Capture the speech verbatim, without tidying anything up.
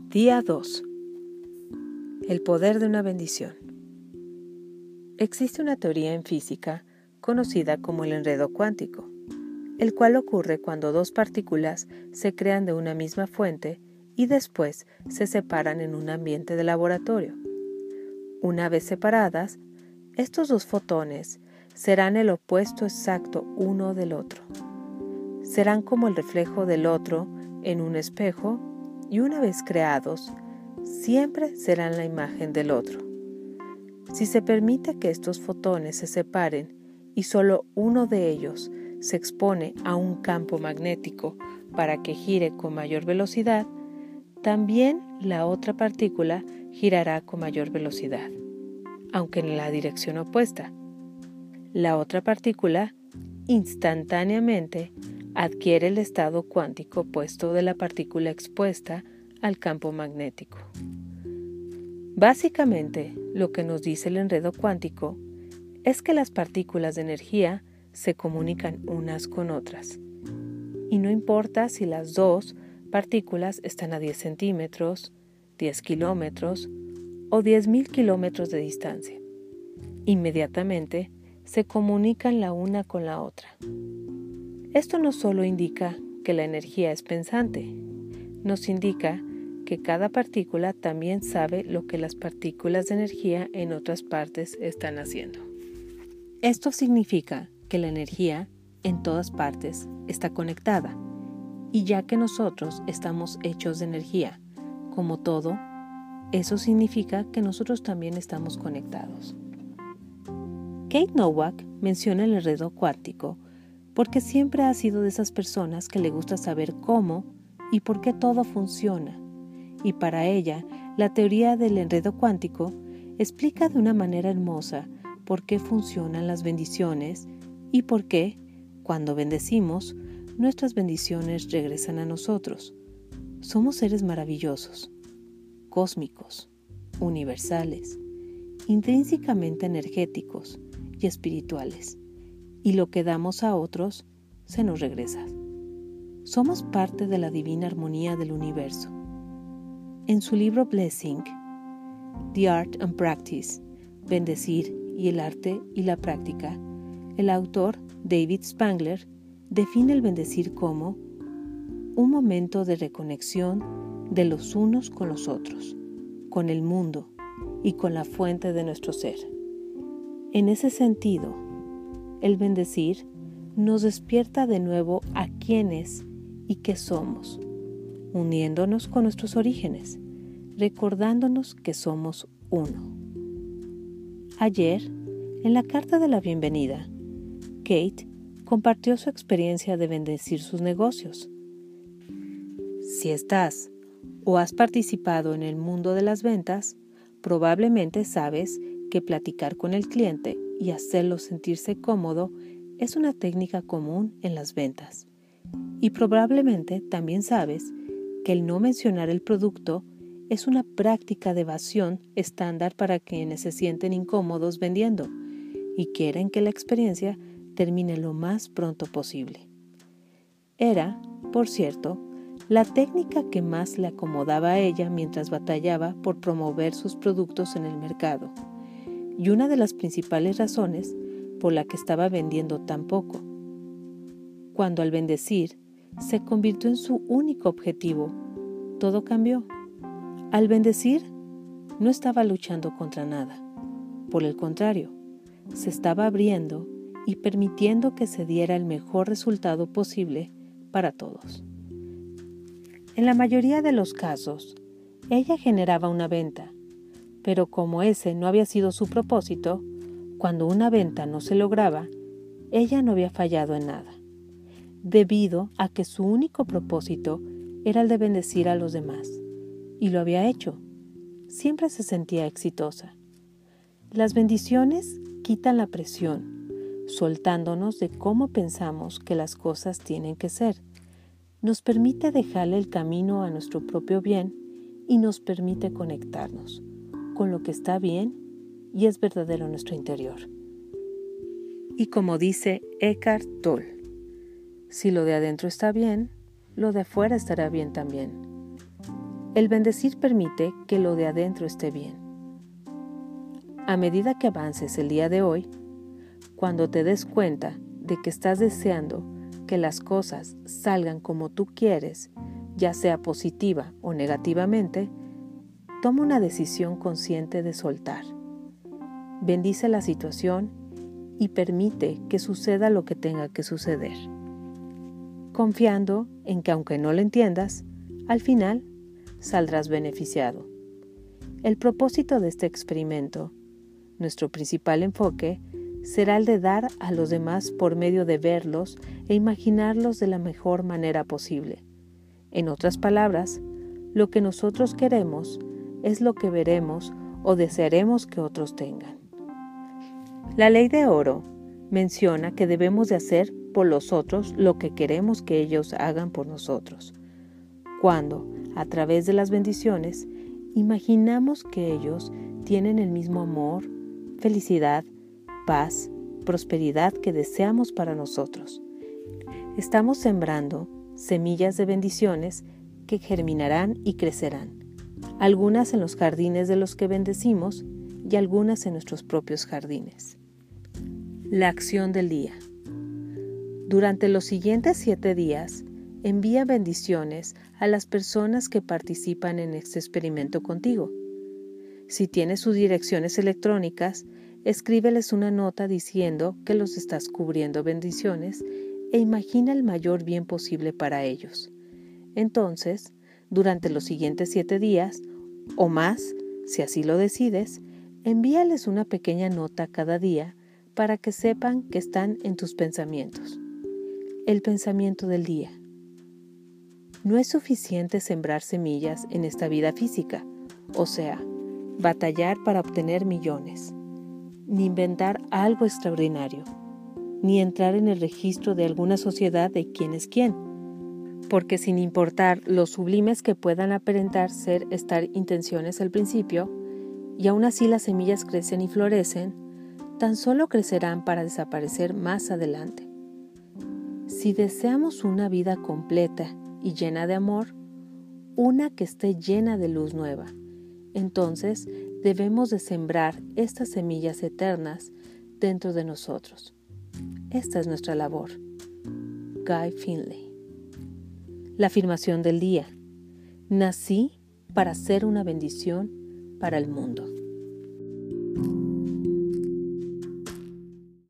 Día dos. El poder de una bendición. Existe una teoría en física conocida como el enredo cuántico, el cual ocurre cuando dos partículas se crean de una misma fuente y después se separan en un ambiente de laboratorio. Una vez separadas, estos dos fotones serán el opuesto exacto uno del otro. Serán como el reflejo del otro en un espejo y una vez creados, siempre serán la imagen del otro. Si se permite que estos fotones se separen y solo uno de ellos se expone a un campo magnético para que gire con mayor velocidad, también la otra partícula girará con mayor velocidad, aunque en la dirección opuesta. La otra partícula instantáneamente adquiere el estado cuántico opuesto de la partícula expuesta al campo magnético. Básicamente, lo que nos dice el enredo cuántico es que las partículas de energía se comunican unas con otras. Y no importa si las dos partículas están a diez centímetros, diez kilómetros o diez mil kilómetros de distancia. Inmediatamente se comunican la una con la otra. Esto no solo indica que la energía es pensante, nos indica que cada partícula también sabe lo que las partículas de energía en otras partes están haciendo. Esto significa que la energía en todas partes está conectada, y ya que nosotros estamos hechos de energía, como todo, eso significa que nosotros también estamos conectados. Kate Nowak menciona el enredo cuántico porque siempre ha sido de esas personas que le gusta saber cómo y por qué todo funciona. Y para ella, la teoría del enredo cuántico explica de una manera hermosa por qué funcionan las bendiciones y por qué, cuando bendecimos, nuestras bendiciones regresan a nosotros. Somos seres maravillosos, cósmicos, universales, intrínsecamente energéticos y espirituales. Y lo que damos a otros se nos regresa. Somos parte de la divina armonía del universo. En su libro Blessing, The Art and Practice, Bendecir y el arte y la práctica, el autor David Spangler define el bendecir como un momento de reconexión de los unos con los otros, con el mundo y con la fuente de nuestro ser. En ese sentido, el bendecir nos despierta de nuevo a quiénes y qué somos, uniéndonos con nuestros orígenes, recordándonos que somos uno. Ayer, en la carta de la bienvenida, Kate compartió su experiencia de bendecir sus negocios. Si estás o has participado en el mundo de las ventas, probablemente sabes que platicar con el cliente y hacerlo sentirse cómodo es una técnica común en las ventas. Y probablemente también sabes que el no mencionar el producto es una práctica de evasión estándar para quienes se sienten incómodos vendiendo y quieren que la experiencia termine lo más pronto posible. Era, por cierto, la técnica que más le acomodaba a ella mientras batallaba por promover sus productos en el mercado. Y una de las principales razones por la que estaba vendiendo tan poco. Cuando al bendecir se convirtió en su único objetivo, todo cambió. Al bendecir, no estaba luchando contra nada. Por el contrario, se estaba abriendo y permitiendo que se diera el mejor resultado posible para todos. En la mayoría de los casos, ella generaba una venta, pero como ese no había sido su propósito, cuando una venta no se lograba, ella no había fallado en nada, debido a que su único propósito era el de bendecir a los demás, y lo había hecho. Siempre se sentía exitosa. Las bendiciones quitan la presión, soltándonos de cómo pensamos que las cosas tienen que ser. Nos permite dejarle el camino a nuestro propio bien y nos permite conectarnos con lo que está bien y es verdadero en nuestro interior. Y como dice Eckhart Tolle, si lo de adentro está bien, lo de afuera estará bien también. El bendecir permite que lo de adentro esté bien. A medida que avances el día de hoy, cuando te des cuenta de que estás deseando que las cosas salgan como tú quieres, ya sea positiva o negativamente, toma una decisión consciente de soltar. Bendice la situación y permite que suceda lo que tenga que suceder, confiando en que aunque no lo entiendas, al final saldrás beneficiado. El propósito de este experimento, nuestro principal enfoque, será el de dar a los demás por medio de verlos e imaginarlos de la mejor manera posible. En otras palabras, lo que nosotros queremos es lo que veremos o desearemos que otros tengan. La ley de oro menciona que debemos de hacer por los otros lo que queremos que ellos hagan por nosotros. Cuando, a través de las bendiciones, imaginamos que ellos tienen el mismo amor, felicidad, paz, prosperidad que deseamos para nosotros. Estamos sembrando semillas de bendiciones que germinarán y crecerán, algunas en los jardines de los que bendecimos y algunas en nuestros propios jardines. La acción del día. Durante los siguientes siete días, envía bendiciones a las personas que participan en este experimento contigo. Si tienes sus direcciones electrónicas, escríbeles una nota diciendo que los estás cubriendo bendiciones e imagina el mayor bien posible para ellos. Entonces, durante los siguientes siete días, o más, si así lo decides, envíales una pequeña nota cada día para que sepan que están en tus pensamientos. El pensamiento del día. No es suficiente sembrar semillas en esta vida física, o sea, batallar para obtener millones, ni inventar algo extraordinario, ni entrar en el registro de alguna sociedad de quién es quién, porque sin importar lo sublimes que puedan aparentar ser estas intenciones al principio, y aún así las semillas crecen y florecen, tan solo crecerán para desaparecer más adelante. Si deseamos una vida completa y llena de amor, una que esté llena de luz nueva, entonces debemos de sembrar estas semillas eternas dentro de nosotros. Esta es nuestra labor. Guy Finley. La afirmación del día. Nací para ser una bendición para el mundo.